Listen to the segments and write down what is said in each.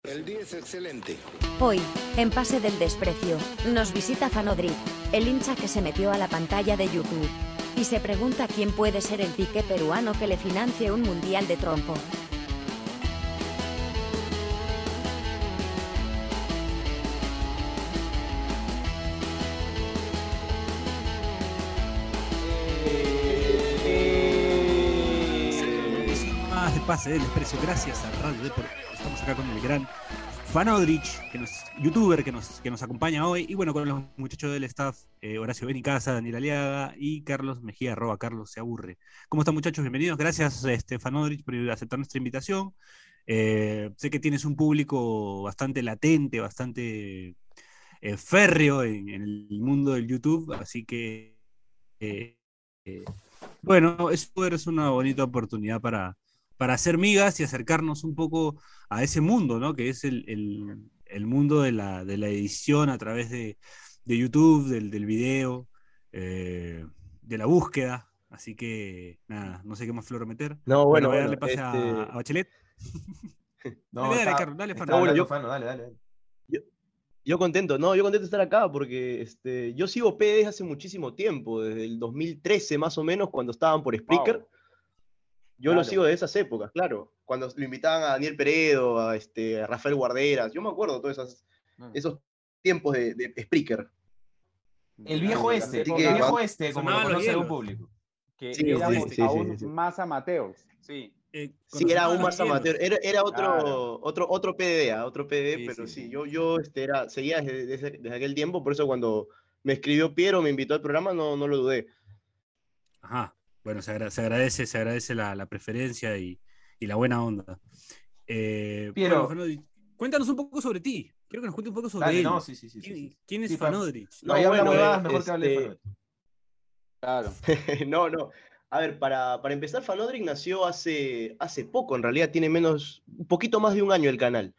El día es excelente. Hoy, en Pase del Desprecio, nos visita Fanodric, el hincha que se metió a la pantalla de YouTube. Y se pregunta quién puede ser el Piqué peruano que le financie un mundial de trompo. Más de Pase del Desprecio, gracias a Radio Deport. Estamos acá con el gran Fanodric, youtuber que nos acompaña hoy, y bueno, con los muchachos del staff, Horacio Benicasa, Daniel Aliaga y Carlos Mejía, @Carlos se aburre. ¿Cómo están, muchachos? Bienvenidos. Gracias, Fanodric, por aceptar nuestra invitación. Sé que tienes un público bastante latente, bastante férreo en el mundo del YouTube, así que bueno, es una bonita oportunidad para hacer migas y acercarnos un poco a ese mundo, ¿no? Que es el mundo de la edición a través de YouTube, del video, de la búsqueda. Así que, nada, no sé qué más flor meter. No, Bueno, bueno, voy a bueno, darle pase a Bachelet. No, Dale, Carlos, dale, está Fano. bueno, hablando yo- Fano, dale. Yo contento, yo contento de estar acá porque yo sigo P desde hace muchísimo tiempo, desde el 2013 más o menos, cuando estaban por Spreaker. Wow. Yo Claro. lo sigo de esas épocas, claro. Cuando lo invitaban a Daniel Peredo, a Rafael Guarderas. Yo me acuerdo de todos esos tiempos de Spreaker. El viejo Las este, épocas el viejo este, como lo sonaban los conoce un hielos. público. que Sí, éramos sí, aún sí. más amateurs. Sí. Sí, era aún Conocemos más los hielos. amateur. Era Claro. otro PDA, otro PDD, Sí, pero sí. sí, yo seguía desde aquel tiempo, por eso cuando me escribió Piero, me invitó al programa, no lo dudé. Ajá. Bueno, se agradece la preferencia y la buena onda. Piero. Bueno, Fanodric, cuéntanos un poco sobre ti. Quiero que nos cuente un poco sobre Dale, él. no, sí. ¿Quién es Sí, Fanodric? No, Ahí habla bueno, huevadas, mejor que hable de Fano. Claro. No. A ver, para empezar, Fanodric nació hace poco, en realidad tiene un poquito más de un año el canal.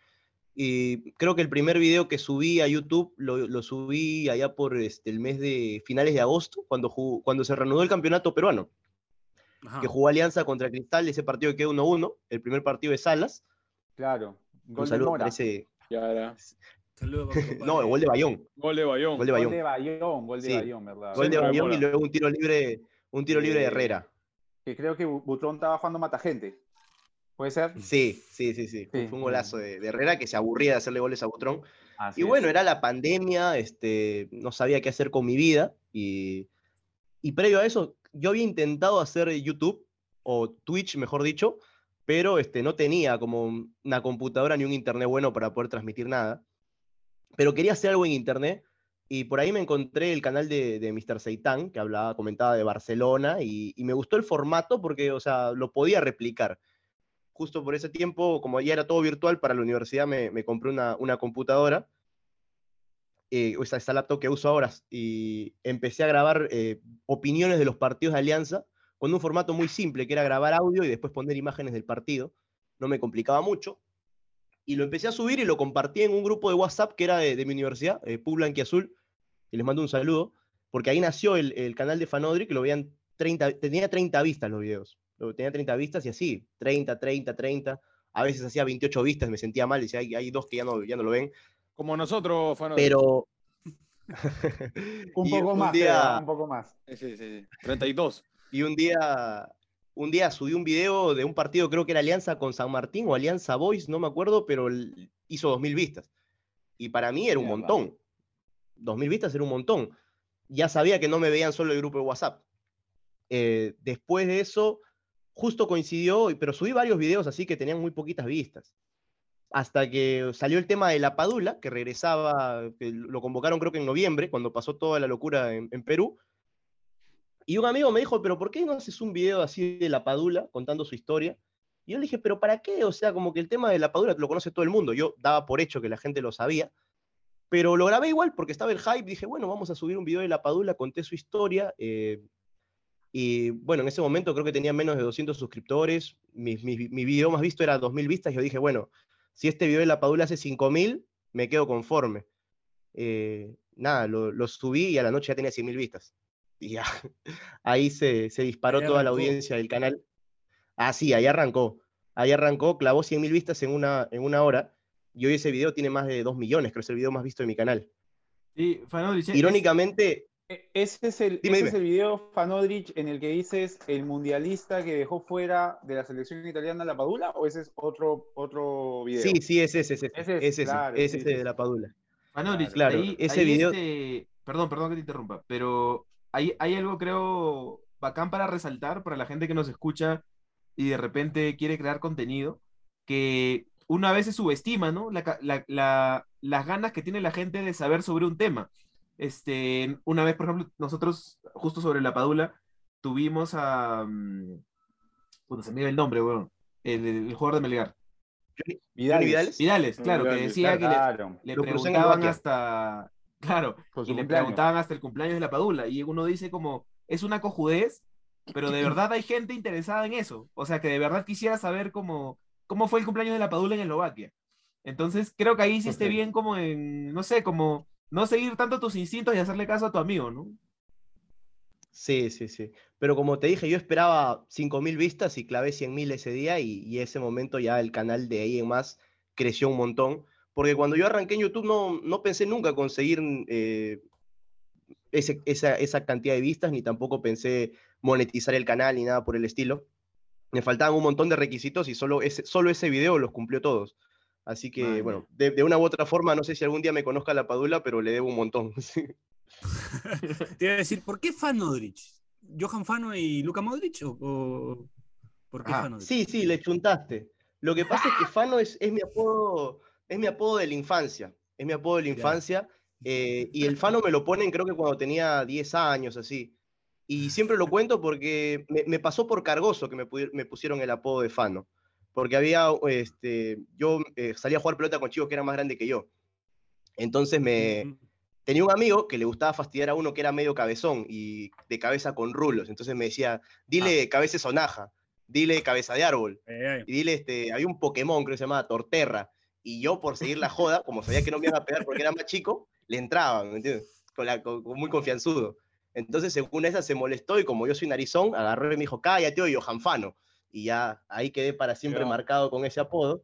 Y creo que el primer video que subí a YouTube lo subí allá por el mes de finales de agosto, cuando se reanudó el campeonato peruano, Ajá. que jugó Alianza contra Cristal, ese partido que quedó 1-1, el primer partido de Salas. Claro. Un Gol de saludo Mora. para ese... Ya era. Saludos para mi compadre. No, el gol de Bayón. Gol de Bayón. Gol de Gol Bayón. de Bayón, Sí. ¿verdad? Gol de Centro de Bayón Mora. y luego un tiro libre de Herrera. Que creo que Butrón estaba jugando mata gente. ¿Puede ser? Sí. Fue un golazo de Herrera que se aburría de hacerle goles a Butrón. Así Y bueno, es. era la pandemia, no sabía qué hacer con mi vida. Y previo a eso, yo había intentado hacer YouTube, o Twitch, mejor dicho, pero no tenía como una computadora ni un internet bueno para poder transmitir nada. Pero quería hacer algo en internet. Y por ahí me encontré el canal de Mr. Seitan, que comentaba de Barcelona, y me gustó el formato porque, o sea, lo podía replicar. Justo por ese tiempo, como ya era todo virtual para la universidad, me compré una computadora, esta laptop que uso ahora, y empecé a grabar opiniones de los partidos de Alianza con un formato muy simple, que era grabar audio y después poner imágenes del partido. No me complicaba mucho. Y lo empecé a subir y lo compartí en un grupo de WhatsApp que era de mi universidad, Pub Blanquiazul, y les mando un saludo, porque ahí nació el canal de Fanodric, que lo veían tenía 30 vistas los videos. Tenía 30 vistas y así, 30. A veces hacía 28 vistas, me sentía mal, decía, hay dos que ya no lo ven. Como nosotros, Fano. Pero... Un y poco más, creo, ¿ah? Un poco más. Sí. 32. Y un día subí un video de un partido, creo que era Alianza con San Martín o Alianza Boys, no me acuerdo, pero hizo 2000 vistas. Y para mí era un Mierda. montón. 2000 vistas era un montón. Ya sabía que no me veían solo el grupo de WhatsApp. Después de eso, justo coincidió, pero subí varios videos así que tenían muy poquitas vistas. Hasta que salió el tema de la Padula, que regresaba, que lo convocaron creo que en noviembre, cuando pasó toda la locura en Perú. Y un amigo me dijo, pero ¿por qué no haces un video así de la Padula, contando su historia? Y yo le dije, ¿pero para qué? O sea, como que el tema de la Padula lo conoce todo el mundo. Yo daba por hecho que la gente lo sabía. Pero lo grabé igual porque estaba el hype. Dije, bueno, vamos a subir un video de la Padula, conté su historia. Y bueno, en ese momento creo que tenía menos de 200 suscriptores. Mi video más visto era 2000 vistas. Y yo dije, bueno, si este video de la Padula hace 5000, me quedo conforme. Nada, lo subí y a la noche ya tenía 100.000 vistas. Y ya, ahí se disparó Ahí toda la arrancó. audiencia del canal. Ah, sí, ahí arrancó, clavó 100.000 vistas en una hora. Y hoy ese video tiene más de 2 millones, creo que es el video más visto de mi canal. Sí, Fanodrich, Irónicamente, Ese es el, Dime, ese dime. es el video, Fanodrich, en el que dices el mundialista que dejó fuera de la selección italiana a la Padula, ¿o ese es otro video? sí, es ese, Claro, es sí, ese sí, de la Padula. Fanodrich, Claro, ese video, perdón que te interrumpa, pero hay algo creo bacán para resaltar para la gente que nos escucha y de repente quiere crear contenido, que una vez se subestima, ¿no? Las ganas que tiene la gente de saber sobre un tema. Una vez, por ejemplo, nosotros, justo sobre la Padula, tuvimos a... puta, se me iba el nombre, weón. El jugador de Melgar. Johnny Vidales. Vidales, Vidales, claro, que Vidales, decía que Claro, le Lo crucé en preguntaban Eslovaquia. hasta... Claro, con su y le cumpleaños. preguntaban hasta el cumpleaños de la Padula. Y uno dice como, es una cojudez, pero de verdad hay gente interesada en eso. O sea, que de verdad quisiera saber cómo fue el cumpleaños de la Padula en Eslovaquia. Entonces, creo que ahí hiciste Perfecto. bien como en, no sé, como no seguir tanto tus instintos y hacerle caso a tu amigo, ¿no? Sí. Pero como te dije, yo esperaba 5.000 vistas y clavé 100.000 ese día y ese momento ya el canal de ahí en más creció un montón. Porque cuando yo arranqué en YouTube no pensé nunca conseguir esa cantidad de vistas, ni tampoco pensé monetizar el canal ni nada por el estilo. Me faltaban un montón de requisitos y solo ese video los cumplió todos. Así que, Vale. bueno, de una u otra forma, no sé si algún día me conozca la Padula, pero le debo un montón. Te iba a decir, ¿por qué Fanodrich? ¿Johan Fano y Luka Modric? ¿O por qué Ah, Fanodrich? Sí, le chuntaste. Lo que pasa es que Fano es mi apodo de la infancia. Es mi apodo de la Ya. infancia. Y el Fano me lo ponen creo que cuando tenía 10 años, así. Y siempre lo cuento porque me pasó por cargoso que me pusieron el apodo de Fano. Porque yo salía a jugar pelota con chicos que eran más grandes que yo. Entonces tenía un amigo que le gustaba fastidiar a uno que era medio cabezón y de cabeza con rulos. Entonces me decía, dile cabeza de sonaja, dile cabeza de árbol. Ay. Y dile, había un Pokémon que se llamaba Torterra. Y yo, por seguir la joda, como sabía que no me iban a pegar porque era más chico, le entraba, ¿me entiendes? Muy confianzudo. Entonces, según esa, se molestó y como yo soy narizón, agarró y me dijo, cállate, oye, Johan Fano. Y ya ahí quedé para siempre Ya. marcado con ese apodo.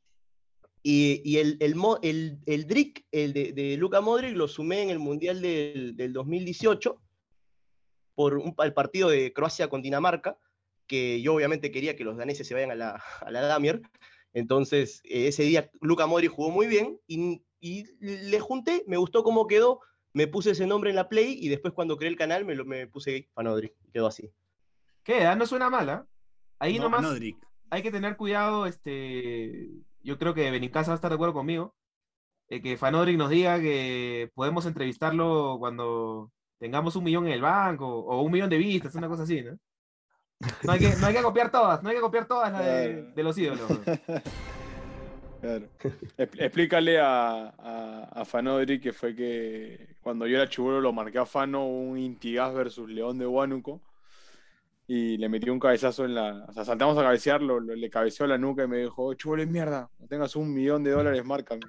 Y el Drick, el de Luka Modric, lo sumé en el Mundial del 2018 por el partido de Croacia con Dinamarca, que yo obviamente quería que los daneses se vayan a la Damier. Entonces, ese día Luka Modric jugó muy bien y le junté, me gustó cómo quedó, me puse ese nombre en la Play y después cuando creé el canal me puse Fanodric, quedó así. ¿Qué? No suena mala. Ahí No, nomás Fanodric. hay que tener cuidado, yo creo que Benincasa va a estar de acuerdo conmigo, que Fanodric nos diga que podemos entrevistarlo cuando tengamos 1 millón en el banco o 1 millón de vistas, una cosa así, ¿no? No hay que copiar todas, no hay que copiar todas las de los ídolos. Claro. Explícale a Fanodri que fue que cuando yo era chibolo lo marqué a Fano un Intigás versus León de Huánuco y le metí un cabezazo o sea, saltamos a cabecear, le cabeceó la nuca y me dijo, oh, chibolo es mierda, no tengas $1 millón, márcame.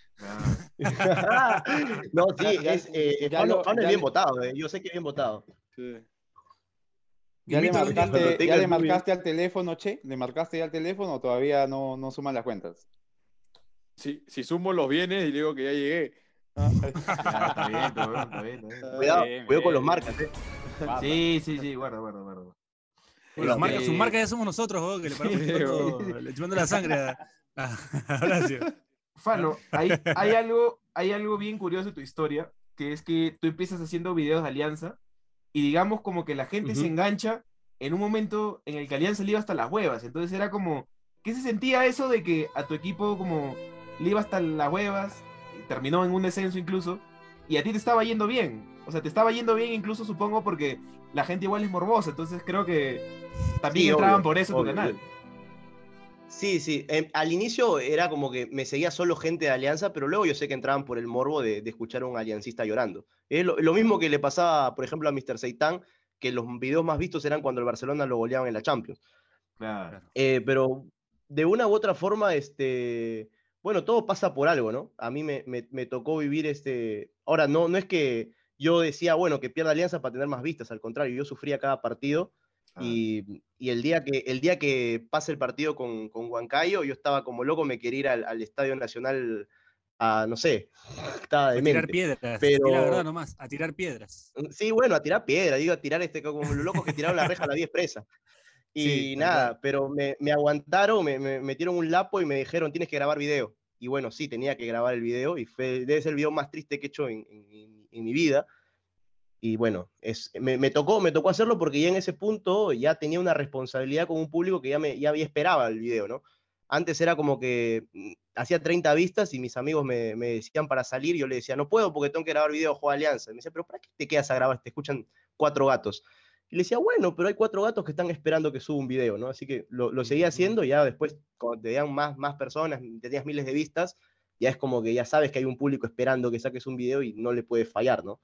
No, sí, Fano es ya bien votado, yo sé que es bien votado. Sí. ¿Ya le Invito a un día cuando marcaste, tengas muy marcaste al teléfono, Che? ¿Le marcaste ya al teléfono o todavía no suman las cuentas? Si sumo los bienes y le digo que ya llegué. Está bien, está bien. Cuidado con los marcas, Sí, guarda. Los marcas, sus marcas ya somos nosotros, ¿no? Que le paramos le chupando la sangre a Horacio. Fano, hay algo bien curioso en tu historia, que es que tú empiezas haciendo videos de Alianza y digamos como que la gente se engancha en un momento en el que Alianza le iba hasta las huevas. Entonces era como, ¿qué se sentía eso de que a tu equipo como le iba hasta las huevas, y terminó en un descenso incluso, y a ti te estaba yendo bien? O sea, te estaba yendo bien incluso supongo porque la gente igual es morbosa, entonces creo que también Sí, entraban obvio, por eso en tu obvio. canal. Sí. Al inicio era como que me seguía solo gente de Alianza, pero luego yo sé que entraban por el morbo de escuchar a un aliancista llorando. Es lo mismo que le pasaba, por ejemplo, a Mr. Seitan, que los videos más vistos eran cuando el Barcelona lo goleaban en la Champions. Claro. Pero de una u otra forma, bueno, todo pasa por algo, ¿no? A mí me tocó vivir Ahora, no es que yo decía, bueno, que pierda Alianza para tener más vistas, al contrario, yo sufría cada partido Y el día que pase el partido con Huancayo, yo estaba como loco, me quería ir al Estadio Nacional a, no sé, estaba A tirar demente. piedras, Pero, di la verdad nomás, a tirar piedras. sí, bueno, a tirar piedra, digo, a tirar como los locos que tiraron la reja a la vía expresa. Sí, Y tal nada, cual. pero me aguantaron, me metieron un lapo y me dijeron, tienes que grabar video. Y bueno, sí, tenía que grabar el video y debe ser el video más triste que he hecho en mi vida. Y bueno, me tocó hacerlo porque ya en ese punto ya tenía una responsabilidad con un público que ya había esperaba el video, ¿no? Antes era como que hacía 30 vistas y mis amigos me decían para salir, yo le decía, no puedo porque tengo que grabar video, juego Alianza. Y me decía, pero ¿para qué te quedas a grabar? Te escuchan 4 gatos. Y le decía, bueno, pero hay 4 gatos que están esperando que suba un video, ¿no? Así que lo seguía haciendo y ya después, cuando te veían más personas, tenías miles de vistas, ya es como que ya sabes que hay un público esperando que saques un video y no le puedes fallar, ¿no?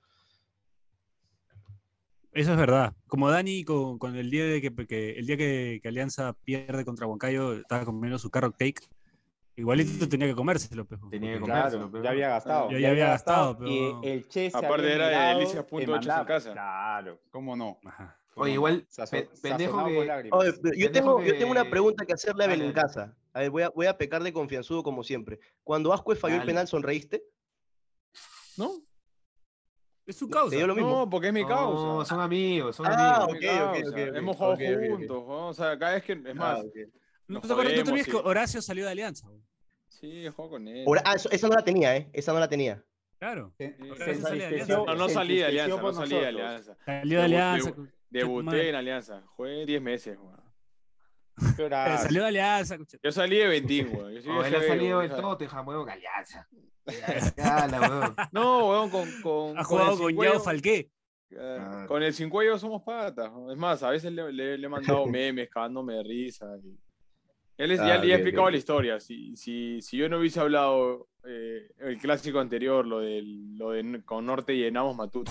Eso es verdad. Como Dani con el día de el día que Alianza pierde contra Huancayo, estaba comiendo su carrot cake. Igualito tenía que comérselo, pejo. Tenía que porque comérselo. Claro, ya había gastado. Ya había gastado, Y pero- el Che se Aparte había era de mirado delicias.8 en mandaba. casa. Claro, ¿cómo no? Ajá. ¿Cómo Oye, no? igual, Sazonado pendejo con que... lágrimas. Oye, pero yo Pendejo tengo una que- pregunta que hacerle a Dale, dale. Benincasa. A ver, voy a pecar de confianzudo como siempre. Cuando Ascuez falló el Dale. penal, ¿sonreíste? ¿No? Es su ¿Te causa. dio lo mismo? No, porque es mi No, causa. son amigos, son Ah, amigos. Es mi ok, ok, causa. ok, ok. Hemos jugado Ok, ok, ok. juntos, ¿no? O sea, cada vez que. Es más, Ah, ok. No nos te acuerdas, no te jodemos, olvides que sí. Horacio salió de Alianza. Güey. Sí, juego con él. Esa no la tenía, ¿eh? Esa no la tenía. Claro. Sí. Horacio sale de entristeció- Alianza. No, no salí de se Alianza, entristeció no por salí de nosotros. Alianza. Salió de Alianza. Debuté en Alianza. Jugué 10 meses, weón. Qué horario. Salió de Alianza. Yo salí de Ventín, weón. Yo soy O de él ha GB, salido weón, del o sea. Tottenham, huevón, Alianza. Cala, huevón. No, weón, Ha el jugado con Cincuello- Yao Falqué. Con el Cincuello somos patas. ¿No? Es más, a veces le he mandado memes cagándome de risa. Ya le Ah, he ok, explicado ok. la historia. Si yo no hubiese hablado el clásico anterior, lo de con Norte llenamos Matute.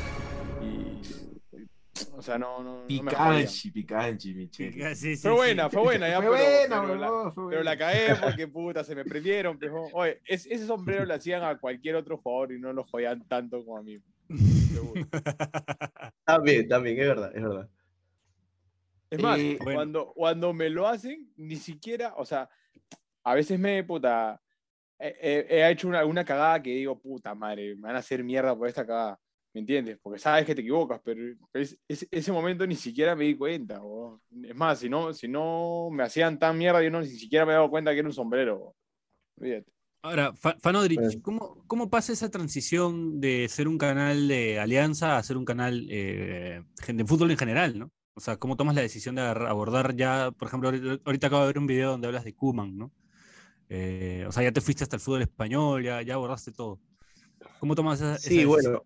O sea, no me jodaría. Picanchi, mi che. Sí, sí, Fue buena, sí. fue buena. Ya, Fue buena, pero huevón, fue pero la buena. cagué porque puta, se me prendieron. Pero, oye, ese sombrero le hacían a cualquier otro jugador y no lo jodían tanto como a mí. Seguro. También, es verdad, es verdad. Es más, Bueno. cuando me lo hacen, ni siquiera, o sea, a veces he hecho una cagada que digo, puta madre, me van a hacer mierda por esta cagada, ¿me entiendes? Porque sabes que te equivocas, pero ese momento ni siquiera me di cuenta, bro. Es más, si no me hacían tan mierda, yo ni siquiera me he dado cuenta que era un sombrero, bro. Fíjate. Ahora, Fanodrich, ¿cómo pasa esa transición de ser un canal de Alianza a ser un canal de fútbol en general, ¿no? O sea, ¿cómo tomas la decisión de abordar ya, por ejemplo, ahorita acabo de ver un video donde hablas de Koeman, ¿no? O sea, ya te fuiste hasta el fútbol español, ya abordaste todo. ¿Cómo tomas esa Sí, decisión? bueno.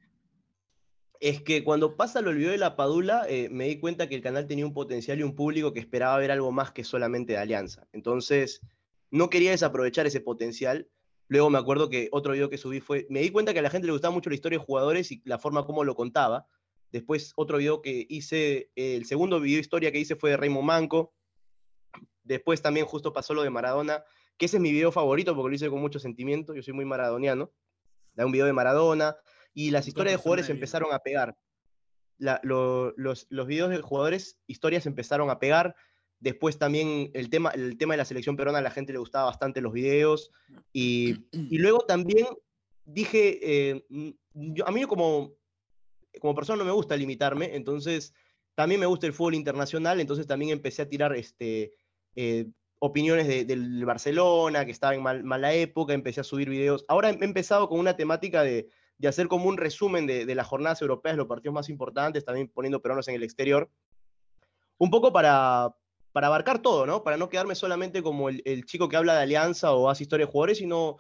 Es que cuando pasa lo del video de la Padula, me di cuenta que el canal tenía un potencial y un público que esperaba ver algo más que solamente de Alianza. Entonces, no quería desaprovechar ese potencial. Luego me acuerdo que otro video que subí me di cuenta que a la gente le gustaba mucho la historia de jugadores y la forma como lo contaba. Después otro video que hice, el segundo video historia que hice fue de Raymond Manco. Después también justo pasó lo de Maradona, que ese es mi video favorito porque lo hice con mucho sentimiento. Yo soy muy maradoniano. Da un video de Maradona y las historias de jugadores empezaron a pegar. Los videos de jugadores, historias empezaron a pegar. Después también el tema de la selección peruana, a la gente le gustaba bastante los videos. Y luego también dije, a mí como persona no me gusta limitarme, entonces también me gusta el fútbol internacional, entonces también empecé a tirar opiniones del Barcelona, que estaba en mala época, empecé a subir videos. Ahora he empezado con una temática de hacer como un resumen de las jornadas europeas, los partidos más importantes, también poniendo peruanos en el exterior. Un poco para abarcar todo, ¿no? Para no quedarme solamente como el chico que habla de Alianza o hace historia de jugadores, sino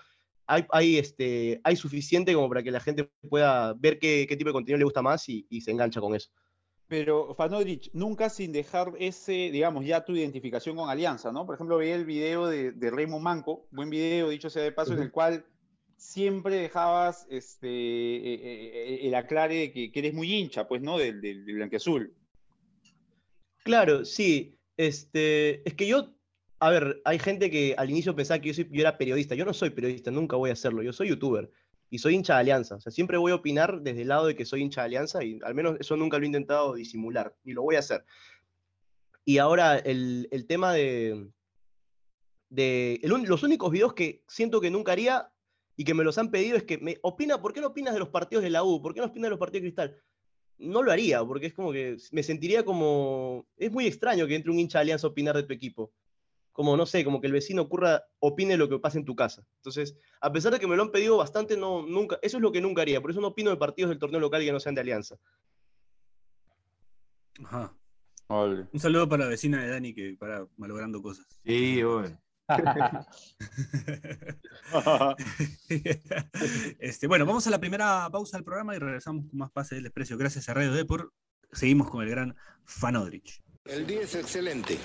hay suficiente como para que la gente pueda ver qué tipo de contenido le gusta más y se engancha con eso. Pero, Fanodrich, nunca sin dejar digamos, ya tu identificación con Alianza, ¿no? Por ejemplo, veía el video de Raymond Manco, buen video, dicho sea de paso, en el cual siempre dejabas el aclare de que eres muy hincha, pues, ¿no? Del blanquiazul. Claro, sí. Es que yo, a ver, hay gente que al inicio pensaba que yo era periodista. Yo no soy periodista, nunca voy a hacerlo. Yo soy youtuber y soy hincha de Alianza. O sea, siempre voy a opinar desde el lado de que soy hincha de Alianza y al menos eso nunca lo he intentado disimular, ni lo voy a hacer. Y ahora el tema los únicos videos que siento que nunca haría y que me los han pedido es que ¿por qué no opinas de los partidos de la U? ¿Por qué no opinas de los partidos de Cristal? No lo haría, porque es como que me sentiría como... Es muy extraño que entre un hincha de Alianza a opinar de tu equipo. Como, no sé, como que el vecino opine lo que pasa en tu casa. Entonces, a pesar de que me lo han pedido bastante, nunca, eso es lo que nunca haría. Por eso no opino de partidos del torneo local que no sean de Alianza. Ajá. Ole. Un saludo para la vecina de Dani que para malogrando cosas. Sí, oye. Bueno, vamos a la primera pausa del programa y regresamos con más Pase del Desprecio. Gracias a Radio Depor. Seguimos con el gran Fanodrich. El día es excelente.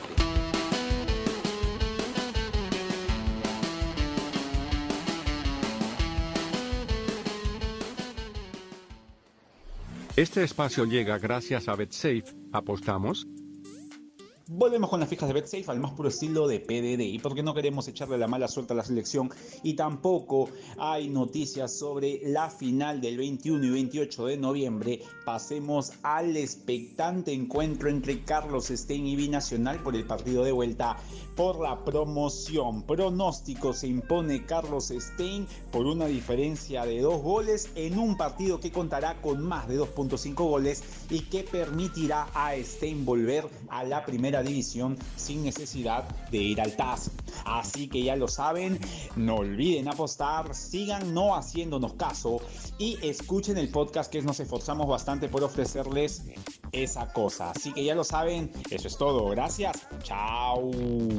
Este espacio llega gracias a BetSafe. ¿Apostamos? Volvemos con las fijas de BetSafe al más puro estilo de PDD, porque no queremos echarle la mala suerte a la selección y tampoco hay noticias sobre la final del 21 y 28 de noviembre. Pasemos al expectante encuentro entre Carlos Stein y Binacional por el partido de vuelta por la promoción. Pronóstico: se impone Carlos Stein por una diferencia de 2 goles en un partido que contará con más de 2.5 goles y que permitirá a Stein volver a la primera división sin necesidad de ir al TAS. Así que ya lo saben, no olviden apostar, sigan no haciéndonos caso y escuchen el podcast, que nos esforzamos bastante por ofrecerles esa cosa. Así que ya lo saben, eso es todo. Gracias. Chao.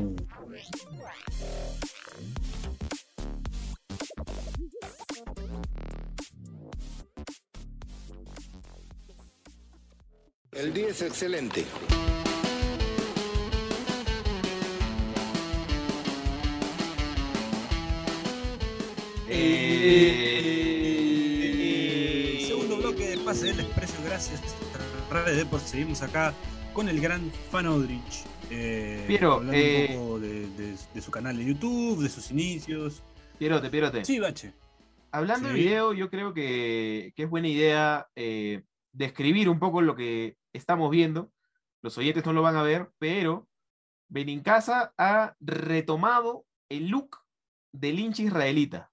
El día es excelente. Segundo bloque de Pase del Desprecio, gracias a Radio Depor. Seguimos acá con el gran Fanodrich. Piero, hablando un poco de su canal de YouTube, de sus inicios. Pierote. Sí, Bache. Hablando de Sí. video, yo creo que es buena idea describir un poco lo que estamos viendo. Los oyentes no lo van a ver, pero Benincasa ha retomado el look del hincha israelita.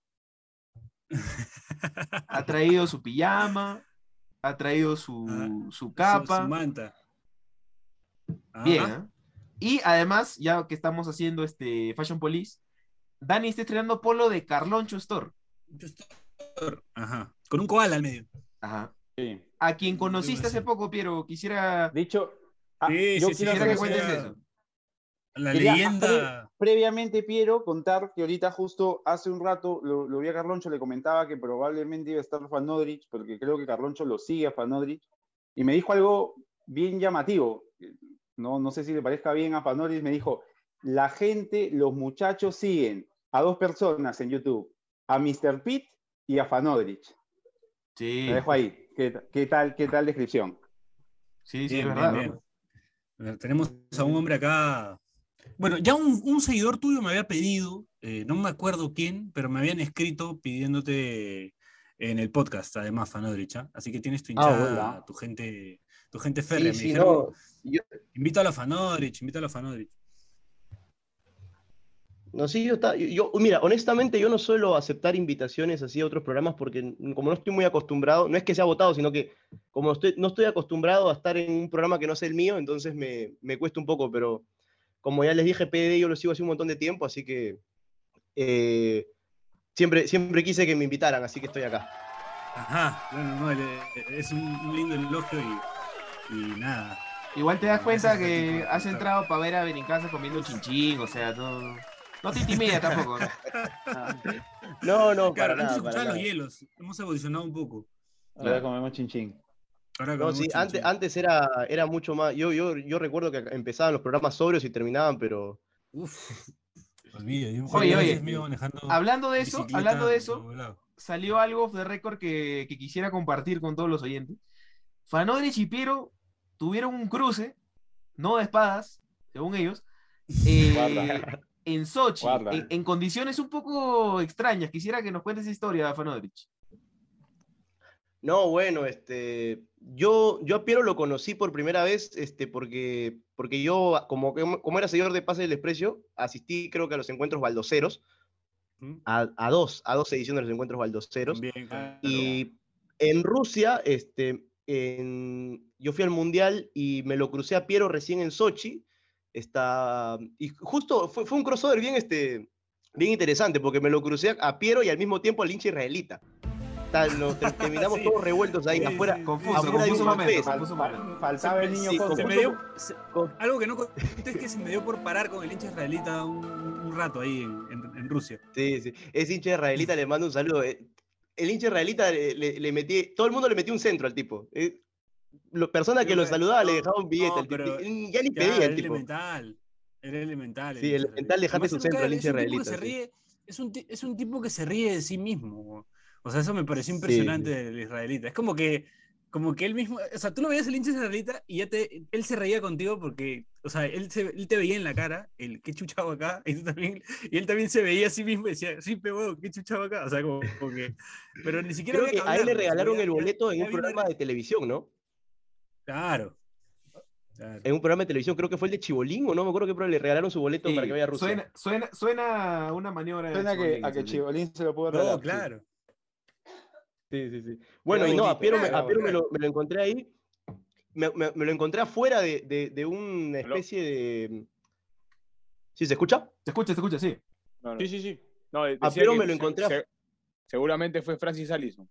Ha traído su pijama, ha traído su capa. Su manta. Bien, Ajá. ¿eh? Y además, ya que estamos haciendo Fashion Police, Dani está estrenando polo de Carloncho Store. Ajá. Con un koala al medio. Ajá. Sí. A quien conociste hace poco, Piero, quisiera Dicho, Sí, yo sí, sí, quiero quisiera que hacer- cuentes quería- eso. La Quería, leyenda. previamente, Piero, contar que ahorita justo hace un rato lo vi a Carloncho, le comentaba que probablemente iba a estar Fanodrich, porque creo que Carloncho lo sigue a Fanodrich, y me dijo algo bien llamativo. No sé si le parezca bien a Fanodrich. Me dijo: la gente, los muchachos siguen a 2 personas en YouTube, a Mr. Pete y a Fanodrich. Sí, Lo dejo ahí. ¿Qué tal descripción? sí, es Bien, verdad. bien, bien. A ver, tenemos a un hombre acá. Bueno, ya un seguidor tuyo me había pedido, no me acuerdo quién, pero me habían escrito pidiéndote en el podcast, además, Fanodrich, ¿ah? Así que tienes tu hinchada, bueno. tu gente férrea. Me Sí, dijeron, no. invítalo a Fanodrich. No, sí, mira, honestamente yo no suelo aceptar invitaciones así a otros programas porque como no estoy muy acostumbrado, no es que sea votado, sino que como no estoy acostumbrado a estar en un programa que no es el mío, entonces me cuesta un poco, pero como ya les dije, PDD yo lo sigo hace un montón de tiempo, así que siempre quise que me invitaran, así que estoy acá. Ajá, bueno, no, es un lindo elogio y nada. Igual te das cuenta que has entrado para ver a Benincasa comiendo chinchín, o sea, no te intimida tampoco, ¿no? No, Claro, para antes nada, escuchaba para los nada. hielos, hemos evolucionado un poco. Ahora comemos chinchín. Ahora No, comemos sí, chinchín. antes era mucho más. Yo recuerdo que empezaban los programas sobrios y terminaban, pero Uf, olvide, yo Oye, a veces oye, me iba manejando hablando de bicicleta eso, volado. salió algo off the record que quisiera compartir con todos los oyentes. Fanodrich y Piero tuvieron un cruce, no de espadas, según ellos, Guarda. en Sochi, Guarda. en condiciones un poco extrañas. Quisiera que nos cuentes esa historia, Fanodrich. No, bueno, yo a Piero lo conocí por primera vez, porque yo, como era seguidor de Pase del Desprecio, asistí creo que a los encuentros baldoseros, Ujú. a dos ediciones de los encuentros baldoseros, También, claro. y en Rusia, yo fui al Mundial y me lo crucé a Piero recién en Sochi, y justo fue un crossover bien interesante, porque me lo crucé a Piero y al mismo tiempo al hincha israelita. Terminamos Sí, todos revueltos ahí sí, afuera. sí, Confuso, afuera de un confuso café. momento, confuso momento. Faltaba el niño Sí, Fonso. Se me confuso. dio, algo que no conté es que se me dio por parar con el hincha israelita un rato ahí en Rusia. Sí, sí. Ese hincha israelita le mando un saludo. El hincha israelita le metí, todo el mundo le metió un centro al tipo. Persona que lo saludaba le dejaba un billete al tipo. pero Ya ni claro, pedía el era tipo. elemental. Era elemental. Sí, elemental, dejate su centro al hincha israelita. Es un tipo que se ríe de sí mismo. O sea, eso me pareció Sí, impresionante sí. del israelita. Es como que él mismo, o sea, tú lo veías el hincha israelita y él se reía contigo porque, o sea, él te veía en la cara, el qué chuchado acá, y tú también, y él también se veía a sí mismo y decía, sí, pero qué chuchado acá. O sea, como que, pero ni siquiera Creo había que que a él le hablarlo, sino regalaron el boleto en ya un vino programa de televisión, ¿no? Claro. Claro. En un programa de televisión, creo que fue el de Chibolín, o no me acuerdo qué, pero le regalaron su boleto para que Sí, vaya a Rusia. suena una maniobra de Suena Chibolín, a que sí. Chibolín se lo pudo No, regalar. claro. Sí, sí, sí. Bueno, y no, a Piero me lo encontré ahí. Me lo encontré afuera de una ¿Aló? especie de. ¿Sí se escucha? Se escucha, sí. No, no. Sí, sí, sí. No, A decía Piero que me lo encontré seguramente fue Francis Allison.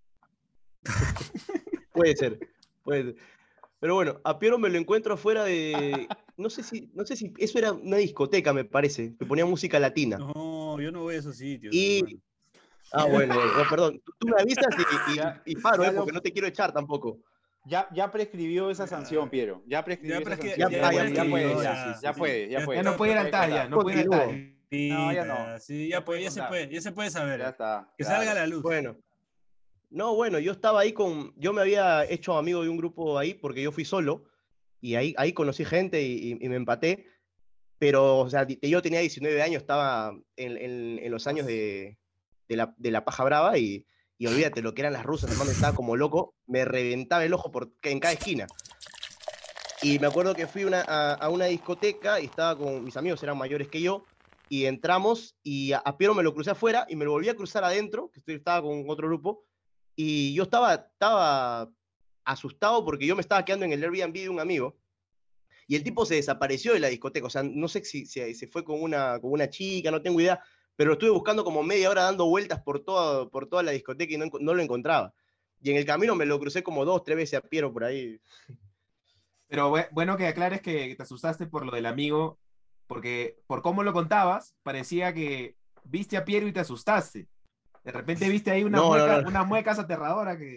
Puede ser, puede ser. Pero bueno, a Piero me lo encuentro afuera de. No sé si eso era una discoteca, me parece, que ponía música latina. No, yo no voy a esos sitios, Y. hermano. Bueno, no, perdón. Tú me avisas y paro, ya porque no te quiero echar tampoco. Ya prescribió esa sanción, Piero. Ya prescribió esa sanción. ya puede, prescribió, ya puede, ya puede. Ya no puede ir al TAS, ya, no puede ir al TAS. No, ya no. Sí, Ya puede ya se puede saber. Ya está. Que claro. salga a la luz. Bueno. No, bueno, yo estaba ahí yo me había hecho amigo de un grupo ahí porque yo fui solo y ahí conocí gente y me empaté, pero, o sea, yo tenía 19 años, estaba en los años de la paja brava y olvídate lo que eran las rusas, hermano, estaba como loco, me reventaba el ojo en cada esquina. Y me acuerdo que fui a una discoteca y estaba con mis amigos, eran mayores que yo, y entramos y a Piero me lo crucé afuera y me lo volví a cruzar adentro, que estaba con otro grupo. Y yo estaba asustado porque yo me estaba quedando en el Airbnb de un amigo y el tipo se desapareció de la discoteca. O sea, no sé si se fue con una chica, no tengo idea, pero lo estuve buscando como media hora dando vueltas por toda la discoteca y no lo encontraba. Y en el camino me lo crucé como 2, 3 veces a Piero por ahí. Pero bueno que aclares que te asustaste por lo del amigo, porque por cómo lo contabas, parecía que viste a Piero y te asustaste. De repente viste ahí unas muecas aterradoras que...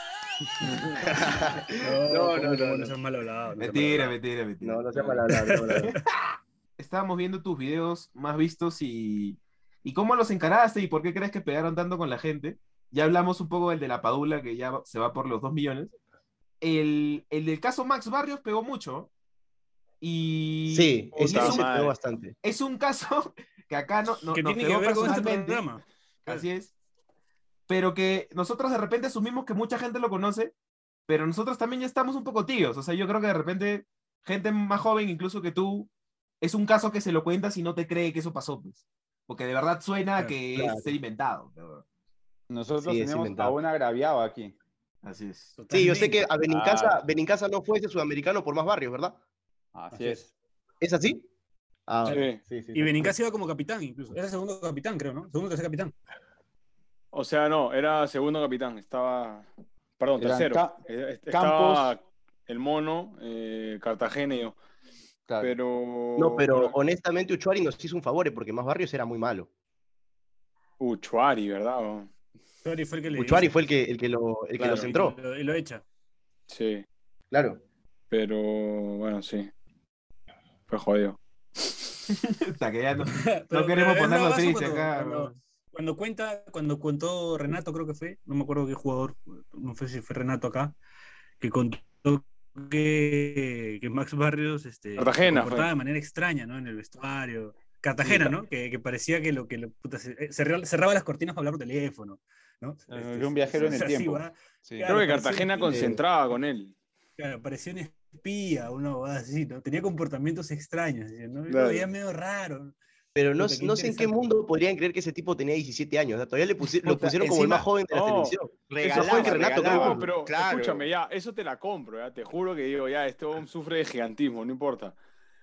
No seas mal hablado. Mentira. No seas mal hablado. Estábamos viendo tus videos más vistos y cómo los encaraste y por qué crees que pegaron tanto con la gente. Ya hablamos un poco del de la Padula, que ya se va por los 2 millones. El del caso Max Barrios pegó mucho. Y sí, ese madre. pegó bastante. Es un caso que acá no que nos tiene pegó que ver con este personalmente. programa. Así es. Pero que nosotros de repente asumimos que mucha gente lo conoce, pero nosotros también ya estamos un poco tíos. O sea, yo creo que de repente gente más joven, incluso que tú, es un caso que se lo cuentas y no te cree que eso pasó, pues. Porque de verdad suena que es ser inventado. Pero... Nosotros tenemos a un agraviado aquí. Así es. Totalmente. Sí, yo sé que a Benincasa no fue ese sudamericano por Más Barrios, ¿verdad? Así es. ¿Es así? Sí. Y Benincasa iba como capitán, incluso. Era segundo capitán, creo, ¿no? Segundo o tercer capitán. O sea, no, era segundo capitán. Perdón, tercero. Estaba el Mono, Cartagena y yo. Claro. Pero... No, pero honestamente Uchuari nos hizo un favor porque Más Barrios era muy malo. Uchuari, ¿verdad? Uchuari fue el que lo centró. Y lo echa. Sí. Claro. Pero, bueno, sí. Fue jodido. Hasta que ya no queremos ponerlo triste acá. Cuando contó Renato, creo que fue, no me acuerdo qué jugador, no sé si fue Renato acá, que contó que Max Barrios se Cartagena, comportaba de manera extraña, ¿no? En el vestuario. Cartagena, ¿no? Que parecía que puta, cerraba las cortinas para hablar por teléfono, ¿no? De un viajero en el tiempo. Sí. Claro, Creo que parecía un Cartagena espía. concentraba con él. Claro, parecía un espía, uno así, ¿no? Tenía comportamientos extraños, ¿no? Lo Claro. veía medio raro. Pero no, Puta, qué no sé en qué interesante. mundo podrían creer que ese tipo tenía 17 años. O sea, todavía lo pusieron Puta, como el más encima- joven de la Oh, selección. Regalaba, Eso fue el que Renato, regalaba. No, pero Claro. escúchame, ya, eso te la compro, ya, te juro que digo, ya, este hombre sufre de gigantismo, no importa.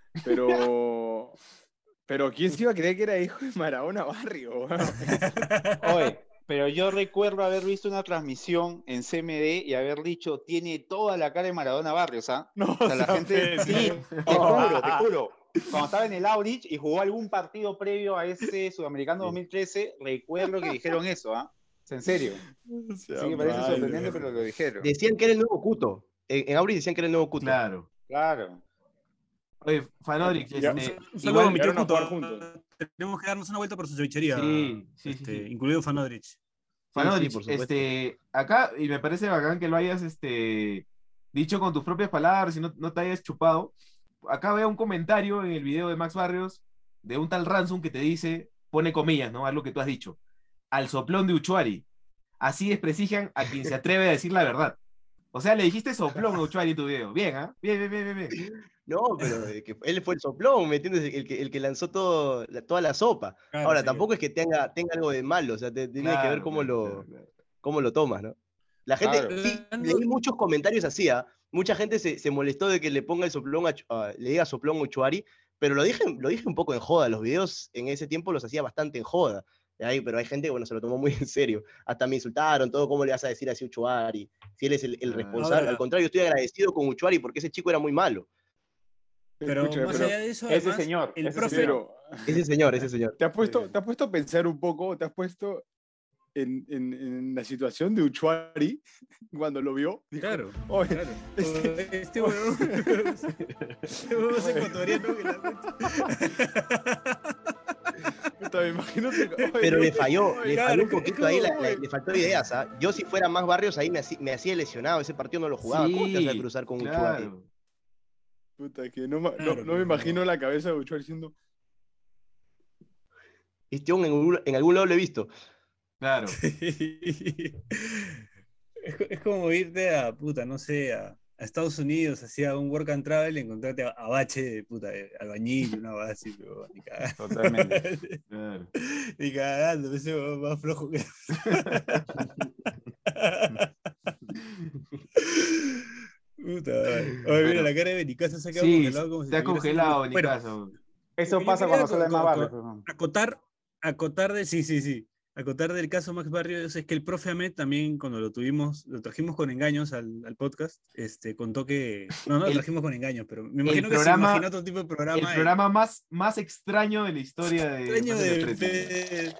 Pero ¿quién se iba a creer que era hijo de Maradona Barrio? Oye, pero yo recuerdo haber visto una transmisión en CMD y haber dicho, tiene toda la cara de Maradona Barrios, ¿ah? No, O sea, la gente, Zafet, sí, no. te juro. Cuando estaba en el Aurich y jugó algún partido previo a ese Sudamericano 2013, recuerdo que dijeron eso, ¿ah? En serio. Sea Así que parece malo. sorprendente, pero lo dijeron. Decían que era el nuevo Cuto. En Auri decían que era el nuevo Cuto. Claro. Claro. Oye, Fanodrix, Ya. Un saludo igual a mi tío llegaron a jugar Cuto. juntos. Tenemos que darnos una vuelta por su cevichería. Sí, sí, Incluido Fanodrich. Fanodrich, por supuesto. acá, y me parece bacán que lo hayas dicho con tus propias palabras y no te hayas chupado. Acá veo un comentario en el video de Max Barrios de un tal Ransom que te dice, pone comillas, ¿no? Algo que tú has dicho. Al soplón de Uchuari. Así desprestigian a quien se atreve a decir la verdad. O sea, le dijiste soplón a Uchuari en tu video. Bien, ¿ah? Bien. No, pero que él fue el soplón, ¿me entiendes? El que lanzó toda la sopa. Claro, Ahora, sí. tampoco es que tenga algo de malo, o sea, tiene que ver cómo Claro. cómo lo tomas, ¿no? La gente, Claro. sí, leí muchos comentarios así, ¿ah? Mucha gente se molestó de que le ponga el soplón, le diga soplón a Uchuari, pero lo dije un poco en joda, los videos en ese tiempo los hacía bastante en joda, pero hay gente que, bueno, se lo tomó muy en serio, hasta me insultaron, todo, ¿cómo le vas a decir así a Uchuari? Si él es el responsable, Ahora- al contrario, estoy agradecido con Uchuari porque ese chico era muy malo. Pero Escúchame, más pero allá de eso, ese además, señor, el ese profe. pero Ese señor. ¿te has puesto a pensar un poco? ¿Te has puesto en la situación de Uchuari cuando lo vio? Dijo, Claro, "Oye, claro. este- Este huevón. Este huevón es ecuatoriano que la puta, me imagino que- oye, Pero le falló claro, un poquito ¿cómo, ahí, güey? le faltó ideas, ¿ah? Yo si fuera más Barrios ahí me hacía lesionado, ese partido no lo jugaba. ¿Cómo te vas a cruzar con Uchuari? claro. Puta, que Claro, no me imagino la cabeza de Uchuari diciendo, Este hombre en algún lado lo he visto. Claro. Es como irte a, puta, no sé, a Estados Unidos, hacía un work and travel y encontrarte a Bache, puta, albañil, una base, pero ni cagando. Totalmente. Claro. Ni cagando, ese huevón más flojo que. Puta madre. Oye, mira, la cara de Benicasa se ha quedado Sí, congelado como si te ha estuviera congelado, haciendo- Bueno, Nicaso. Eso Lo que yo pasa quería cuando sale más barrio. acotar de, sí. Acotar del caso Max Barrios es que el profe Ahmed también, cuando lo trajimos con engaños al podcast, contó que. No, El- trajimos con engaños, pero me imagino que se programa- imagina otro tipo de programa. El programa más extraño de la historia de extraño Fase del Frente.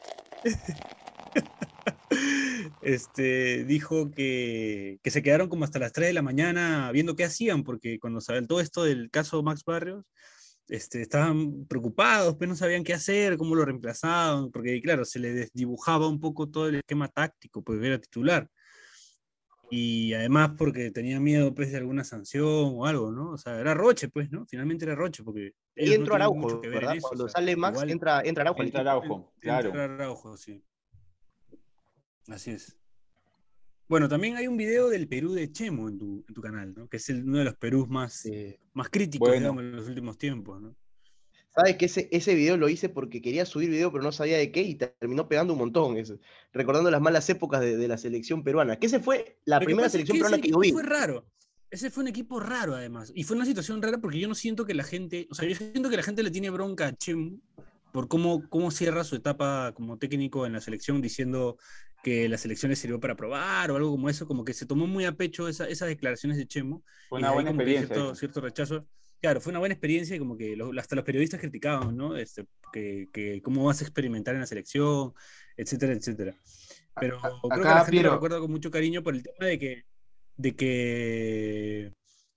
dijo que se quedaron como hasta las 3 de la mañana viendo qué hacían, porque cuando saltó esto del caso Max Barrios, estaban preocupados, pero no sabían qué hacer, cómo lo reemplazaban, porque claro, se le desdibujaba un poco todo el esquema táctico, porque era titular. Y además porque tenía miedo pues, de alguna sanción o algo, ¿no? O sea, era Roche, pues, ¿no? Finalmente era Roche, porque Ahí ellos no entró tenían Araujo, mucho que ver ¿verdad? en eso. Cuando o sea, sale Max, igual entra Araujo. al Entra equipo. Araujo, claro. entra Araujo, sí. Así es. Bueno, también hay un video del Perú de Chemo en tu canal, ¿no? Que es uno de los Perús más críticos, Bueno. digamos, en los últimos tiempos, ¿no? Sabes que ese video lo hice porque quería subir video, pero no sabía de qué, y terminó pegando un montón. Recordando las malas épocas de la selección peruana. Que ese fue la Lo que primera pasa es selección que peruana ese que yo vi. equipo fue raro. Ese fue un equipo raro, además. Y fue una situación rara porque yo no siento que la gente. O sea, yo siento que la gente le tiene bronca a Chemo por cómo cierra su etapa como técnico en la selección, diciendo que la selección le sirvió para probar o algo como eso. Como que se tomó muy a pecho esas declaraciones de Chemo. Fue y una de ahí buena como que hay experiencia. cierto rechazo. Claro, fue una buena experiencia y como que hasta los periodistas criticaban, ¿no? Que cómo vas a experimentar en la selección, etcétera, etcétera. Pero creo que acá, la gente Piero, lo recuerda con mucho cariño por el tema de que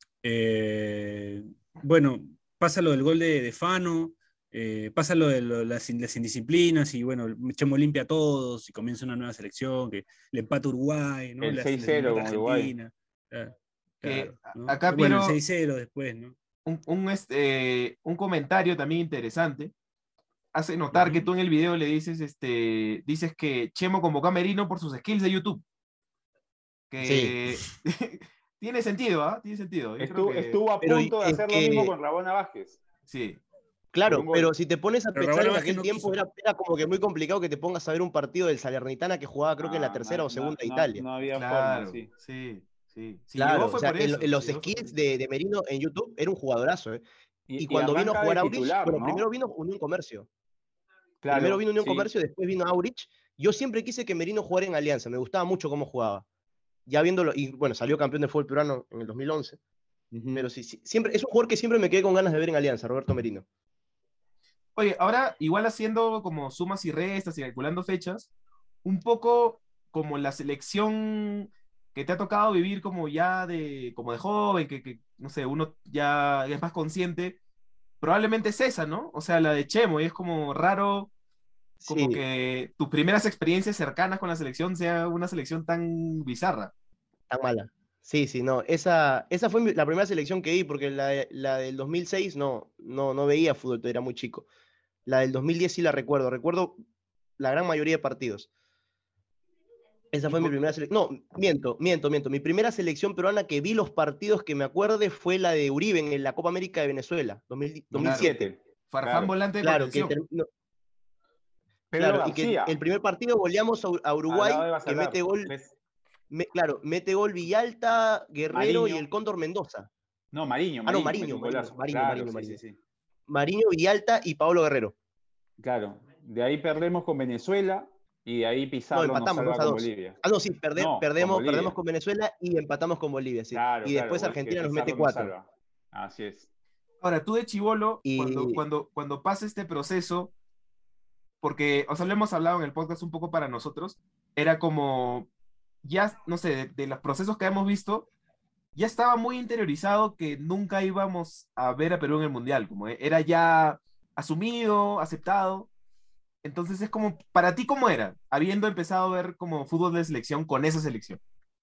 bueno, pasa lo del gol de Fano, pasa lo de las indisciplinas y bueno, Chemo limpia a todos y comienza una nueva selección que le empata a Uruguay, ¿no? El Les 6-0 empata con a Uruguay. Argentina. Claro, ¿no? acá, Bueno, Piero, el 6-0 después, ¿no? un comentario también interesante. hace notar que tú en el video le dices, dices que Chemo convocó a Merino por sus skills de YouTube. Que tiene sentido, ¿ah? Tiene sentido. Estuvo a punto de hacer lo mismo con Rabona Vázquez. Sí. Claro, pero si te pones a Pero pensar en Rabona aquel Vázquez no tiempo, era como que muy complicado que te pongas a ver un partido del Salernitana que jugaba creo que en la tercera o segunda de Italia. No había Claro, forma, sí. Sí. Claro, fue o sea, por eso, en los llegó fue por skills eso. de Merino en YouTube era un jugadorazo, ¿eh? Y Y cuando vino a arranca jugar de Aurich, titular, bueno, ¿no? primero vino Unión Comercio. Claro, Primero vino Unión sí. Comercio, después vino Aurich. Yo siempre quise que Merino jugara en Alianza, me gustaba mucho cómo jugaba. Ya viéndolo, y bueno, salió campeón de fútbol peruano en el 2011. Pero sí, siempre, es un jugador que siempre me quedé con ganas de ver en Alianza, Roberto Merino. Oye, ahora igual haciendo como sumas y restas y calculando fechas, un poco como la selección que te ha tocado vivir como ya como de joven, que no sé, uno ya es más consciente, probablemente es esa, ¿no? O sea, la de Chemo, y es como raro como Sí, que tus primeras experiencias cercanas con la selección sea una selección tan bizarra. tan mala. Sí, no. Esa fue la primera selección que vi, porque la del 2006 no veía fútbol, era muy chico. La del 2010 sí la recuerdo. Recuerdo la gran mayoría de partidos. Esa fue mi primera selección. No, miento. Mi primera selección peruana que vi los partidos que me acuerde fue la de Uribe en la Copa América de Venezuela, 2007. Farfán Claro. volante de Claro, contención. Pedro y que García, el primer partido goleamos a al lado Uruguay, de que Basalar. mete gol, mete gol Villalta, Guerrero Mariño. y el Cóndor Mendoza. No, Mariño. Ah, no, metió Mariño, un golazo. Claro, sí. Mariño, Villalta y Pablo Guerrero. Claro, de ahí perdemos con Venezuela y de ahí No, Pizarro nos empatamos salva 2-2. con Bolivia. Ah, no, sí, No, perdemos con Bolivia. con Venezuela y empatamos con Bolivia, sí. Claro, Y después que Argentina nos Pizarro mete 4. salva. Así es. Ahora, tú de chibolo, Y- cuando pasa este proceso, porque, o sea, lo hemos hablado en el podcast un poco para nosotros, era como, ya, no sé, de los procesos que hemos visto, ya estaba muy interiorizado que nunca íbamos a ver a Perú en el Mundial, como era ya asumido, aceptado. Entonces es como, para ti, ¿cómo era? Habiendo empezado a ver como fútbol de selección con esa selección.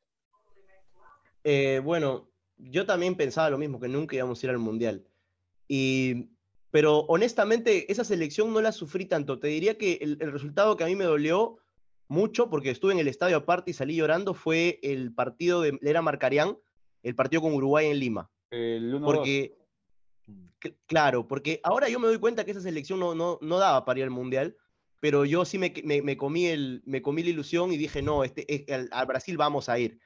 Bueno, yo también pensaba lo mismo, que nunca íbamos a ir al Mundial. Pero honestamente, esa selección no la sufrí tanto. Te diría que el resultado que a mí me dolió mucho, porque estuve en el estadio aparte y salí llorando, fue el partido de Lera Marcarián, el partido con Uruguay en Lima. El 1-2. Porque, claro, porque ahora yo me doy cuenta que esa selección no daba para ir al Mundial, pero yo sí me comí la ilusión y dije, no, al Brasil vamos a ir.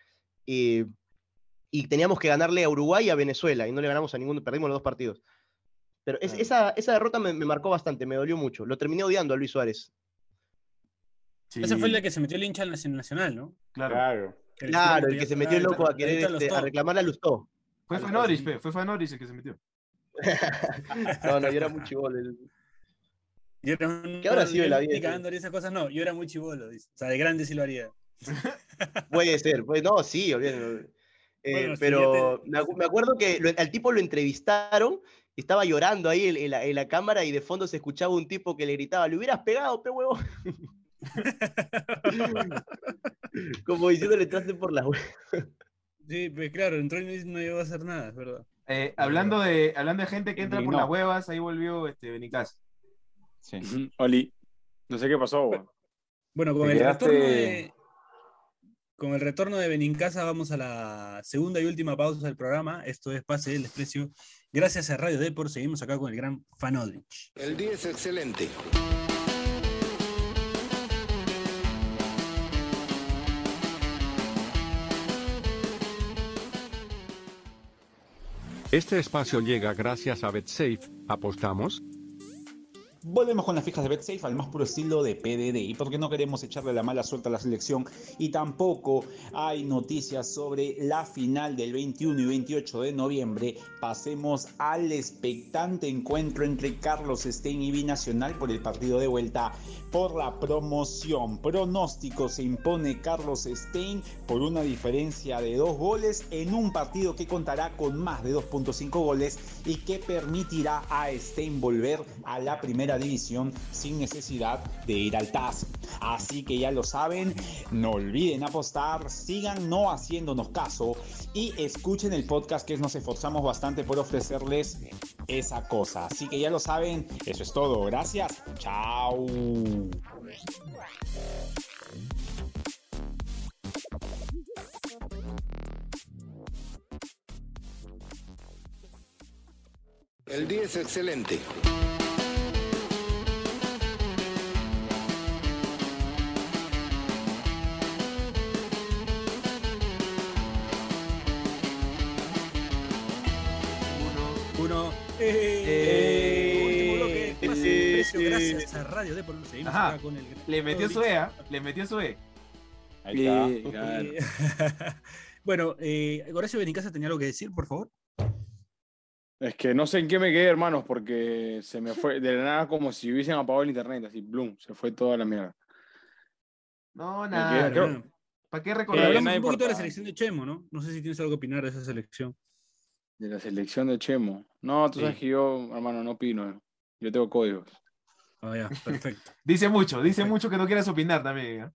Y teníamos que ganarle a Uruguay y a Venezuela, y no le ganamos a ninguno, perdimos los 2 partidos. Pero esa derrota me marcó bastante, me dolió mucho. Lo terminé odiando a Luis Suárez. Sí. Ese fue el que se metió el hincha al Nacional, ¿no? Claro. Claro, el que se metió loco a querer a reclamarle a Lustó. Fue Fanodrich el que se metió. No, yo era muy chibolo. Yo era un, ¿Qué habrá sido la vida? Cagándole esas cosas, no, yo era muy chibolo, dice. O sea, de grande sí lo haría. Puede ser, pues no, sí, olvídate. Bueno, pero sí, me acuerdo que al tipo lo entrevistaron, estaba llorando ahí en la cámara y de fondo se escuchaba un tipo que le gritaba, le hubieras pegado, pe huevo. Como diciéndole, entraste por la hueva. Sí, pues claro, entró y no llegó a hacer nada, es verdad. Hablando de gente que entra por Indignó. las huevas, ahí volvió Benicaz. Sí. Ujú. Oli, no sé qué pasó, weón. Bueno, con Te el quedaste- retorno de. Con el retorno de Benincasa vamos a la segunda y última pausa del programa. Esto es Pase del Desprecio. Gracias a Radio Depor, seguimos acá con el gran Fanodrich. El día es excelente. Este espacio llega gracias a BetSafe. ¿Apostamos? Volvemos con las fijas de BetSafe al más puro estilo de PDD. Y porque no queremos echarle la mala suerte a la selección y tampoco hay noticias sobre la final del 21 y 28 de noviembre, pasemos al expectante encuentro entre Carlos Stein y Binacional por el partido de vuelta por la promoción. Pronóstico: se impone Carlos Stein por una diferencia de 2 goles en un partido que contará con más de 2.5 goles y que permitirá a Stein volver a la primera primera división sin necesidad de ir al TAS. Así que ya lo saben, no olviden apostar, sigan no haciéndonos caso y escuchen el podcast que nos esforzamos bastante por ofrecerles esa cosa. Así que ya lo saben, eso es todo. Gracias. Chao. El día es excelente. Uno. Último bloque. Más precio, gracias a Radio Depor. Seguimos acá con el. Le metió su E, le metió su E. Ahí está. Claro. Bueno, Horacio Benicasa tenía algo que decir, por favor. Es que no sé en qué me quedé, hermanos, porque se me fue de la nada como si hubiesen apagado el internet, así, blum, se fue toda la mierda. No, Me nada. quedé- creo- ¿Para qué Pero recordar? hablamos nadie un poquito de la importa. selección de Chemo, ¿no? No sé si tienes algo que opinar de esa selección. De la selección de Chemo. No, tú Sí. sabes que yo, hermano, no opino. Yo tengo códigos. Ah, ya, perfecto. Dice mucho que no quieras opinar también.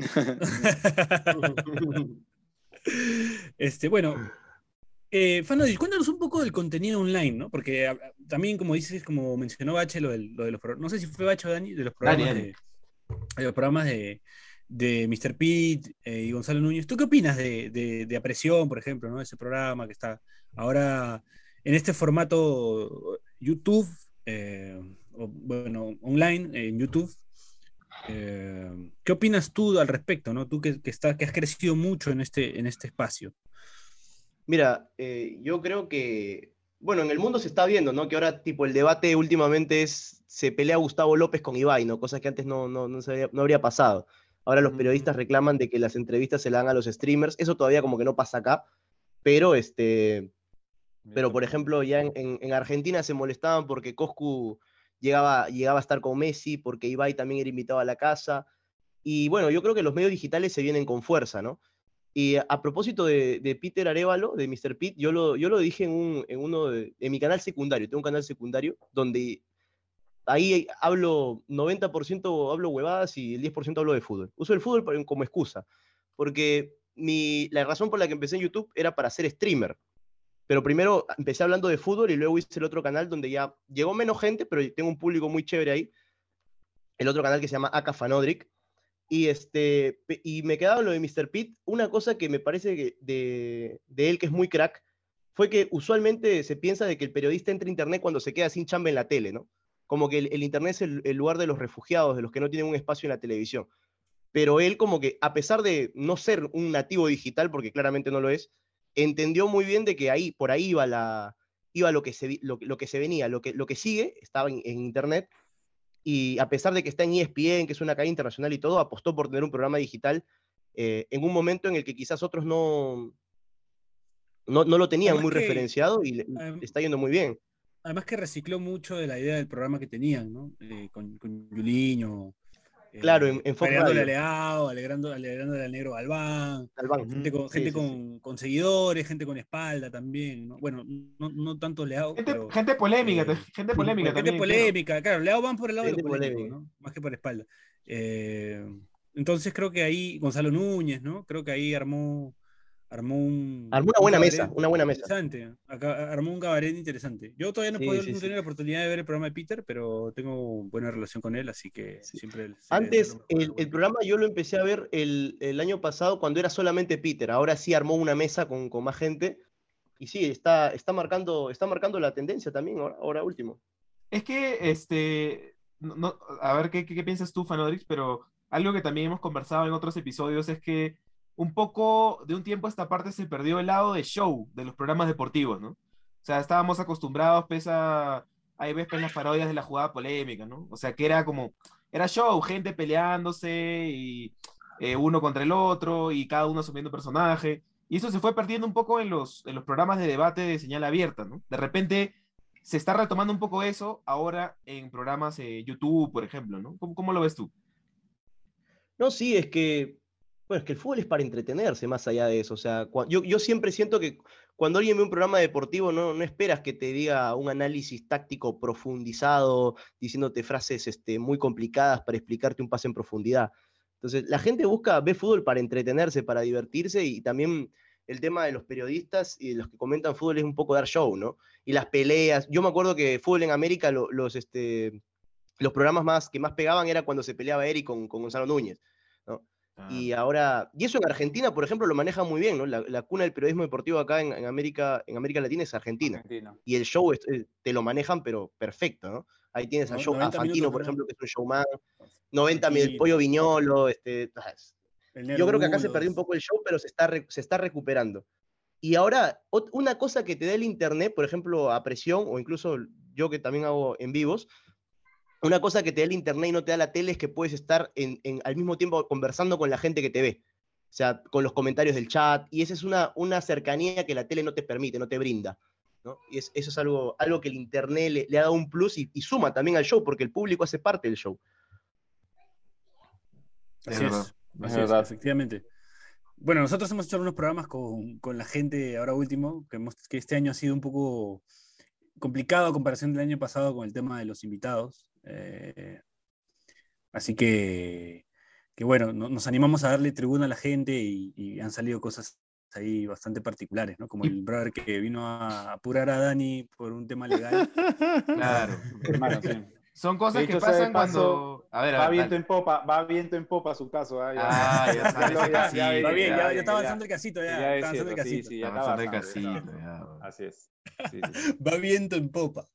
Bueno, Fanodis, cuéntanos un poco del contenido online, ¿no? Porque también, como dices, como mencionó Bache, lo de los programas, no sé si fue Bache o Dani, de los programas Dani. de los programas de Mr. Pete y Gonzalo Núñez. ¿Tú qué opinas de Apresión, por ejemplo, ¿no? Ese programa que está ahora en este formato YouTube, online, en YouTube. ¿Qué opinas tú al respecto, ¿no? Tú que has crecido mucho en este espacio. Mira, yo creo que, bueno, en el mundo se está viendo, ¿no? Que ahora, tipo, el debate últimamente se pelea Gustavo López con Ibai, ¿no? Cosas que antes no habría pasado. Ahora los periodistas reclaman de que las entrevistas se le dan a los streamers. Eso todavía como que no pasa acá. Pero, por ejemplo, ya en Argentina se molestaban porque Coscu llegaba a estar con Messi, porque Ibai también era invitado a la casa. Y bueno, yo creo que los medios digitales se vienen con fuerza, ¿no? Y a propósito de Peter Arévalo, de Mr. Pete, yo lo dije en uno de mi canal secundario. Tengo un canal secundario donde ahí hablo 90% hablo huevadas y el 10% hablo de fútbol. Uso el fútbol como excusa, porque la razón por la que empecé en YouTube era para ser streamer. Pero primero empecé hablando de fútbol y luego hice el otro canal donde ya llegó menos gente, pero tengo un público muy chévere ahí. El otro canal que se llama Aka Fanodric. Y me quedaba lo de Mr. Pete. Una cosa que me parece de él que es muy crack fue que usualmente se piensa de que el periodista entra a internet cuando se queda sin chamba en la tele, ¿no? Como que el internet es el lugar de los refugiados, de los que no tienen un espacio en la televisión. Pero él como que, a pesar de no ser un nativo digital, porque claramente no lo es, entendió muy bien de que por ahí iba lo que se venía, lo que sigue, estaba en internet. Y a pesar de que está en ESPN, que es una cadena internacional y todo, apostó por tener un programa digital en un momento en el que quizás otros no lo tenían Además muy que- referenciado y le está yendo muy bien. Además que recicló mucho de la idea del programa que tenían, ¿no? Con Yuliño. Claro, en Fox peleándole a Radio. Leao, alegrándole al negro Galván. Galván. Gente Sí. con seguidores, gente con espalda también, ¿no? Bueno, no tanto Leao, pero... Gente polémica, Gente también. polémica, claro, Leao van por el lado de lo Gente polémico, polémica. ¿no? Más que por la espalda. Entonces creo que ahí Gonzalo Núñez, ¿no? Creo que ahí armó Armó una buena mesa. Interesante. Armó un cabaret interesante. Yo todavía no he Sí. tenido la oportunidad de ver el programa de Peter, pero tengo buena relación con él, así que siempre... Antes, el programa yo lo empecé a ver el año pasado cuando era solamente Peter. Ahora sí armó una mesa con más gente. Y sí, está marcando la tendencia también, ahora último. Es que, a ver qué piensas tú, Fanodrix, pero algo que también hemos conversado en otros episodios es que un poco de un tiempo a esta parte se perdió el lado de show de los programas deportivos, ¿no? O sea, estábamos acostumbrados, ahí ves las parodias de la jugada polémica, ¿no? O sea, que era show, gente peleándose y uno contra el otro y cada uno asumiendo personaje. Y eso se fue perdiendo un poco en los programas de debate de señal abierta, ¿no? De repente se está retomando un poco eso ahora en programas YouTube, por ejemplo, ¿no? ¿Cómo lo ves tú? No, sí, es que Bueno, es que el fútbol es para entretenerse más allá de eso. O sea, yo siempre siento que cuando alguien ve un programa deportivo no esperas que te diga un análisis táctico profundizado, diciéndote frases muy complicadas para explicarte un pase en profundidad. Entonces, la gente ve fútbol para entretenerse, para divertirse, y también el tema de los periodistas y de los que comentan fútbol es un poco dar show, ¿no? Y las peleas. Yo me acuerdo que Fútbol en América, los programas que más pegaban era cuando se peleaba Eric con Gonzalo Núñez, ¿no? Y eso en Argentina, por ejemplo, lo maneja muy bien, ¿no? La cuna del periodismo deportivo acá en América Latina es Argentina. Y el show te lo manejan, pero perfecto, ¿no? Ahí tienes a 90 Fantino, minutos, por ¿no? ejemplo, que es un showman. 90 el Pollo Viñolo. Yo creo que acá se perdió un poco el show, pero se está recuperando. Y ahora, una cosa que te da el internet, por ejemplo, a presión, o incluso yo que también hago en vivos, una cosa que te da el internet y no te da la tele es que puedes estar al mismo tiempo conversando con la gente que te ve. O sea, con los comentarios del chat, y esa es una cercanía que la tele no te permite, no te brinda, ¿no? Y eso es algo que el internet le ha dado un plus y suma también al show, porque el público hace parte del show. Así es, efectivamente. Bueno, nosotros hemos hecho algunos programas con la gente ahora último, que este año ha sido un poco complicado a comparación del año pasado con el tema de los invitados. Así que bueno, nos animamos a darle tribuna a la gente y han salido cosas ahí bastante particulares, ¿no? Como el brother que vino a apurar a Dani por un tema legal. Claro. Hermano, sí. Son cosas De que hecho, sea de pasan paso, cuando... A ver, va viento en popa su caso. ya sabes, ese casito. Va bien, ya está ya avanzando el casito. ya Está es avanzando el cierto, casito. sí, ya Está está avanzando el avanzando, casito, ya. Así es. Sí. Va viento en popa.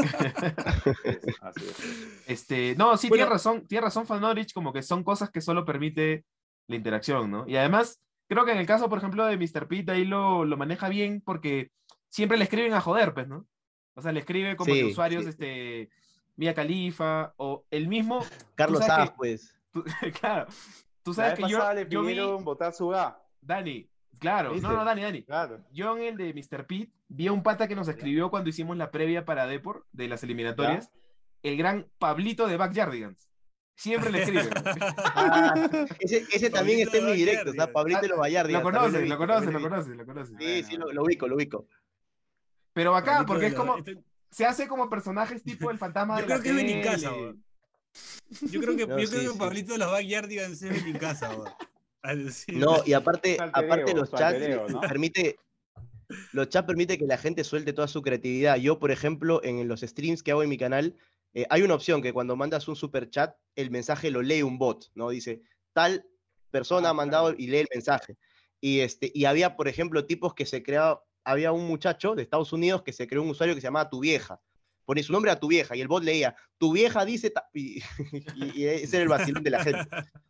Así es. No, sí, Bueno, tiene razón Fanorich, como que son cosas que solo permite la interacción, ¿no? Y además, creo que en el caso, por ejemplo, de Mr. Pete, ahí lo maneja bien porque siempre le escriben a joder, pues, ¿no? O sea, le escribe como que usuarios, Mia Khalifa, o el mismo... Carlos Sass, pues. Claro. Tú sabes que yo le pidieron votar su A. Dani, claro. ¿Viste? No, Dani. Claro. Yo en el de Mr. Pete vi a un pata que nos escribió cuando hicimos la previa para Depor de las eliminatorias, el gran Pablito de Backyardigans. Siempre le escriben. Ese también está en mi directo, ¿sabes? Pablito de los Vallardigas. Lo conoce. Sí, lo ubico. Pero acá, Pablito porque de es como... Se hace como personajes tipo el fantasma de la Yo creo que es tele. Benincasa, Yo creo que Pablito de los Backyardigans es Benincasa, No, y aparte los chats altereo, ¿no? los chats permiten que la gente suelte toda su creatividad. Yo, por ejemplo, en los streams que hago en mi canal, hay una opción que cuando mandas un super chat, el mensaje lo lee un bot, ¿no? Dice, tal persona ha mandado y lee el mensaje. Y había, por ejemplo, tipos que había un muchacho de Estados Unidos que se creó un usuario que se llamaba Tu Vieja. Pone su nombre a Tu Vieja y el bot leía, Tu Vieja dice... y ese era el vacilón de la gente.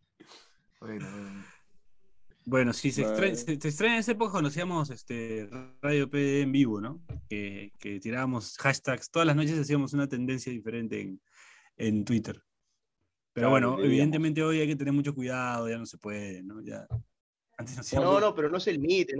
Bueno, sí, se extraña en esa época cuando hacíamos Radio PD en vivo, ¿no? Que tirábamos hashtags, todas las noches hacíamos una tendencia diferente en Twitter. Pero bueno, evidentemente hoy hay que tener mucho cuidado, ya no se puede, ¿no? Ya, antes no, pero no se limite.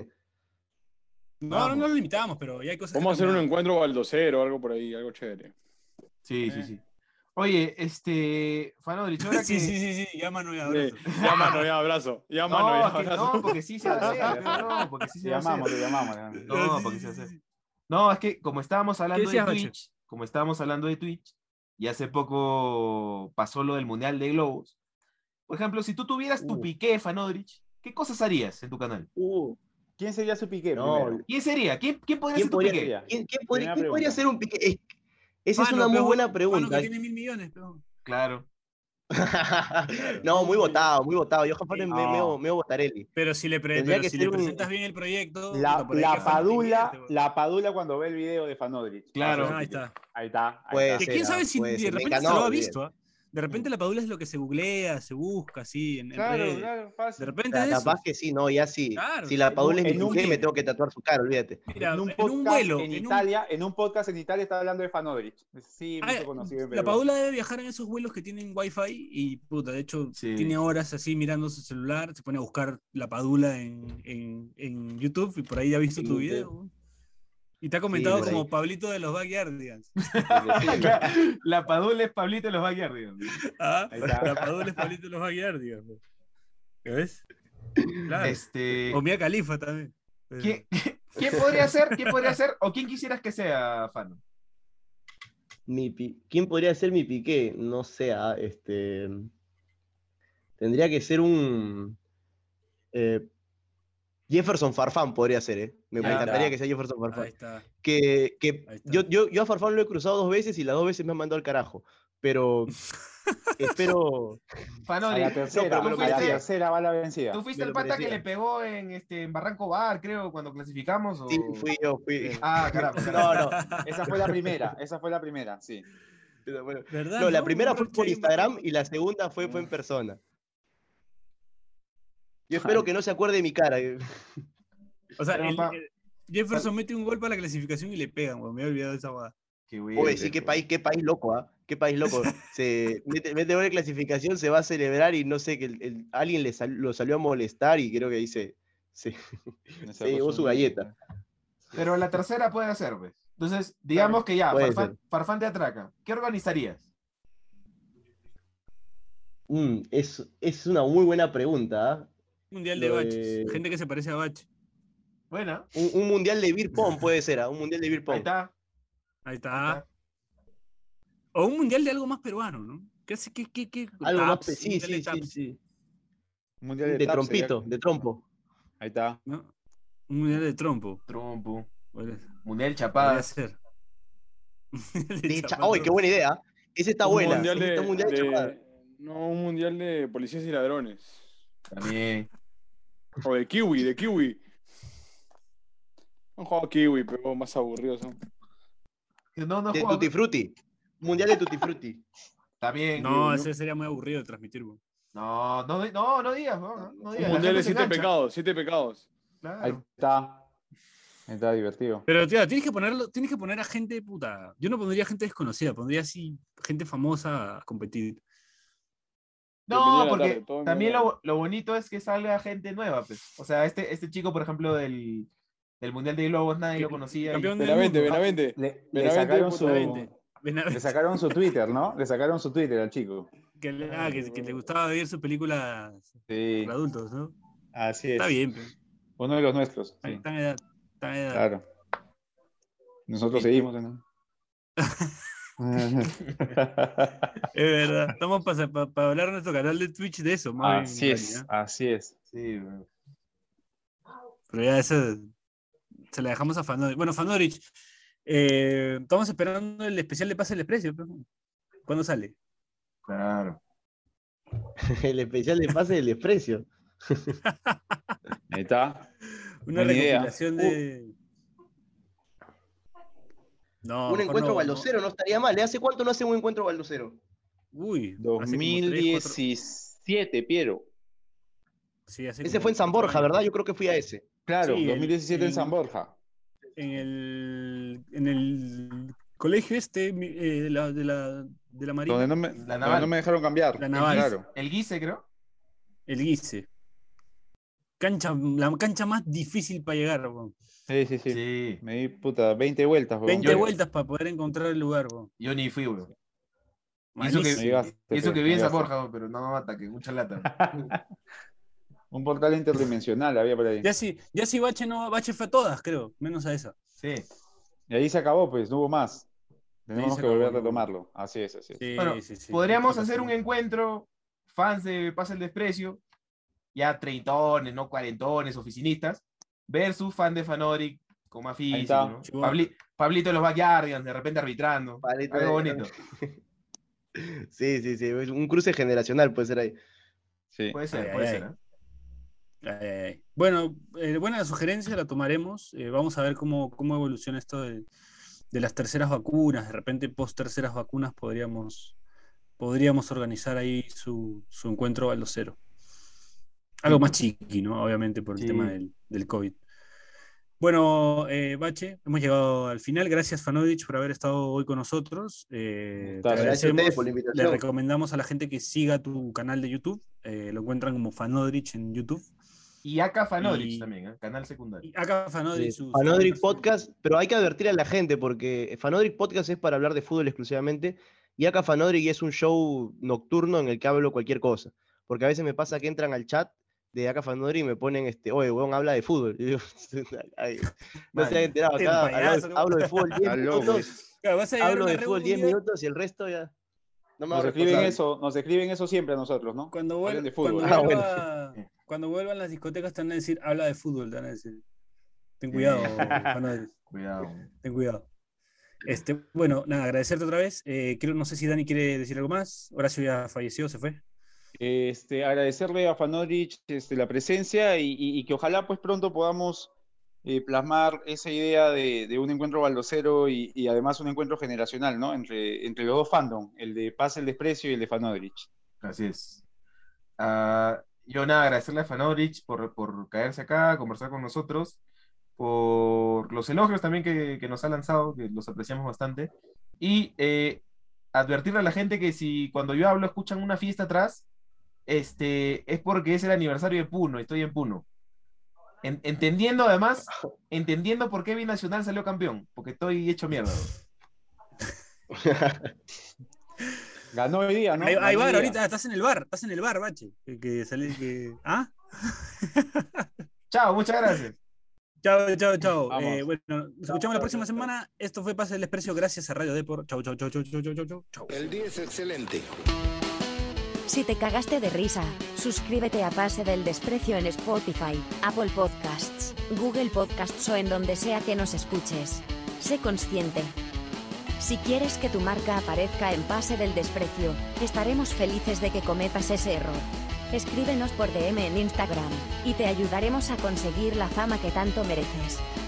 No lo limitamos, pero ya hay cosas. Vamos a hacer un encuentro baldocero o algo por ahí, algo chévere. Sí. Oye, Fanodrich, ahora que... Sí, llámanos y abrazo. Llámanos y abrazo. No, porque sí se va a hacer. No, porque sí se va a hacer. Te llamamos. No, porque sí se va a hacer. No, es que como estábamos hablando de Twitch, y hace poco pasó lo del Mundial de Globos. Por ejemplo, si tú tuvieras tu Piqué, Fanodrich, ¿qué cosas harías en tu canal? ¿Quién sería su Piqué? No. ¿Quién sería? ¿Quién podría ser tu Piqué? ¿Quién podría ser un Piqué? Esa es una muy buena pregunta. Que tiene 1.000 millones, pero... Claro. No, muy votado. Yo Fano es medio Botarelli. Pero si le presentas bien el proyecto... La Padula cuando ve el video de Fanodrich. Claro, ahí está. ¿Quién sabe si de repente se lo ha visto? De repente la Padula es lo que se googlea, se busca así en redes. Claro, fácil. De repente es capaz eso. que sí, no, ya sí. Claro, si la Padula es mi un mujer, me tengo que tatuar su cara, olvídate. Mira, en un podcast en podcast en Italia está hablando de Fanodrich. Sí, mucho conocido en Perú. La Padula debe viajar en esos vuelos que tienen wifi y puta, de hecho tiene horas así mirando su celular, se pone a buscar la Padula en YouTube y por ahí ha visto tu video. Y te ha comentado como Pablito de los Backyardigans. La Padula es Pablito de los Backyardigans. La Padula es Pablito de los Backyardigans. ¿Ves? Claro. O Mia Khalifa también. ¿Quién podría ser? ¿Quién podría ser? ¿O quién quisieras que sea, Fano? ¿Quién podría ser mi Piqué? No sé, tendría que ser un Jefferson Farfán podría ser, ¿eh? Me Ahí encantaría está. que sea Jefferson Farfán. Ahí está. Que Ahí está. yo a Farfán lo he cruzado 2 veces y las 2 veces me han mandado al carajo. Pero espero. Fanori, A la tercera, me lo a la merecía. tercera va la vencida. ¿tú fuiste Me el lo pata que merecía. le pegó en Barranco Bar, creo, cuando clasificamos? Sí, fui yo. Ah, caramba. No, esa fue la primera, sí. Pero bueno. ¿Verdad? No, la ¿no? primera Un fue roche por ahí en Instagram Barranco. y la segunda fue en persona. Yo espero que no se acuerde de mi cara. O sea, Pero, Jefferson mete un gol para la clasificación y le pegan, weón. Me he olvidado de esa guada. Qué Oye, sí, qué país loco, ¿ah? Qué país loco. Se mete gol de clasificación, se va a celebrar y no sé, que alguien lo salió a molestar y creo que ahí se llevó su galleta. Pero la tercera puede ser, pues. Entonces, digamos que ya, Puede Farfán te atraca. ¿Qué organizarías? Es una muy buena pregunta, ¿ah? Mundial de baches. Gente que se parece a Bache. Buena. Un mundial de beer pong puede ser, ¿ah? Un mundial de beer pong. Ahí está. O un mundial de algo más peruano, ¿no? ¿Qué hace? ¿Qué? Algo más, Taps, sí. Un mundial De taps trompito, sería- de trompo. Ahí está. ¿No? Un mundial de trompo. Mundial Podría Chapadas. ser. ¡Ay, qué buena idea! Esa está buena. Mundial Ese está un mundial de chapadas. No, un mundial de policías y ladrones. También. O de kiwi. Han jugado kiwi, pero más aburridos son. No De Tutti Frutti. Mundial de Tutti Frutti. También. No, ese sería muy aburrido de transmitir, weón. No digas, no Un digas. mundial de La gente se 7 engancha. pecados, 7 pecados. Claro. Ahí está. Está divertido. Pero, tío, tienes que poner a gente puta. Yo no pondría gente desconocida, pondría así gente famosa a competir. No, Dependiendo de la porque tarde, todo también bien. lo bonito es que salga gente nueva, pues. O sea, este chico, por ejemplo, del Mundial de Globos, nadie lo conocía. Campeón Benavente. Le sacaron su, Benavente. le sacaron su Twitter, ¿no? Le sacaron su Twitter al chico. Que le gustaba ver sus películas Sí. para adultos, ¿no? Así es. Está bien, pues. Uno de los nuestros. Sí. Está en edad. Claro. Nosotros seguimos, ¿no? Es verdad. Estamos para hablar en nuestro canal de Twitch de eso, más Así es, así es. Sí, bro. Pero ya eso se la dejamos a Fanodrich. Bueno, Fanodrich, estamos esperando el especial de Pase el Desprecio. ¿Cuándo sale? Claro. El especial de Pase del Desprecio. Ahí está. Una Buena idea. recopilación de. No, Un mejor encuentro no, baldocero no estaría mal. ¿Hace cuánto no hace un encuentro baldocero? Uy, hace como 2017, Piero. Sí, Ese fue en San Borja, ¿verdad? Yo creo que fui a ese. Claro, Sí, 2017 en San Borja. En el colegio de la Marina. Donde no me dejaron cambiar. La Naval. Claro. El Guise, creo. El Guise. La cancha más difícil para llegar, weón. Sí. Me di 20 vueltas. 20 vueltas para poder encontrar el lugar, weón. Yo ni fui, bro. Malísimo. Hizo que vi en San Borja, bro, pero no me mata, que mucha lata. Un portal interdimensional había por ahí. Ya sí Bache fue a todas, creo, menos a esa. Sí. Y ahí se acabó, pues, no hubo más. Tenemos se que volver a acabó, retomarlo. Así es. Bueno, podríamos hacer un encuentro, fans de Pasa el Desprecio, ya treintones, no cuarentones, oficinistas, versus fan de Fanoric con más físico, ¿no? Pablito de los Backyardigans, de repente arbitrando. Algo bonito. Sí. Un cruce generacional puede ser ahí. Sí. Puede ser, ¿eh? Bueno, buena sugerencia, la tomaremos. Vamos a ver cómo evoluciona esto de las terceras vacunas. De repente, post terceras vacunas, podríamos organizar ahí su encuentro baldocero. Algo más chiqui, ¿no? Obviamente por el tema del COVID. Bueno, Bache, hemos llegado al final. Gracias, Fanodrich, por haber estado hoy con nosotros. Te Gracias a ustedes por la Le invitación. recomendamos a la gente que siga tu canal de YouTube. Lo encuentran como Fanodrich en YouTube. Y acá Fanodrich también, ¿eh? Canal secundario. Y acá Fanodrich. Fanodrich Podcast, pero hay que advertir a la gente porque Fanodrich Podcast es para hablar de fútbol exclusivamente y acá Fanodrich es un show nocturno en el que hablo cualquier cosa. Porque a veces me pasa que entran al chat de acá Fanodri me ponen, oye, weón, habla de fútbol. Y yo, ay, no se han enterado el acá, payaso, hablo de fútbol 10 Está loco. minutos, Claro, vas a llegar a hablo una de fútbol 10 reunión. minutos y el resto ya no me Nos hago escriben responsable. nos escriben eso siempre a nosotros, ¿no? Cuando, Hablen de cuando, fútbol. cuando vuelvan las discotecas te van a decir, habla de fútbol, te van a decir. Ten cuidado, Fanodrich, Cuidado. ten cuidado. Bueno, nada, agradecerte otra vez. No sé si Dani quiere decir algo más. Horacio ya falleció, se fue. Agradecerle a Fanodrich la presencia y que ojalá pues pronto podamos plasmar esa idea de un encuentro baldocero y además un encuentro generacional, ¿no? Entre los dos fandom, el de Pase el Desprecio y el de Fanodrich. Así es. Yo nada, agradecerle a Fanodrich por caerse acá, conversar con nosotros, por los elogios también que nos ha lanzado, que los apreciamos bastante. Y advertirle a la gente que si cuando yo hablo escuchan una fiesta atrás, es porque es el aniversario de Puno, estoy en Puno. Entendiendo además, por qué Binacional salió campeón, porque estoy hecho mierda. Ganó hoy día, ¿no? Hay Ganó hoy bar, día. ahorita estás en el bar, Bache. ¿Ah? Chao, muchas gracias. Chao. Vamos. Bueno, nos escuchamos la próxima semana. Esto fue Pase del Desprecio gracias a Radio Deport. Chau. El día es excelente. Si te cagaste de risa, suscríbete a Pase del Desprecio en Spotify, Apple Podcasts, Google Podcasts o en donde sea que nos escuches. Sé consciente. Si quieres que tu marca aparezca en Pase del Desprecio, estaremos felices de que cometas ese error. Escríbenos por DM en Instagram, y te ayudaremos a conseguir la fama que tanto mereces.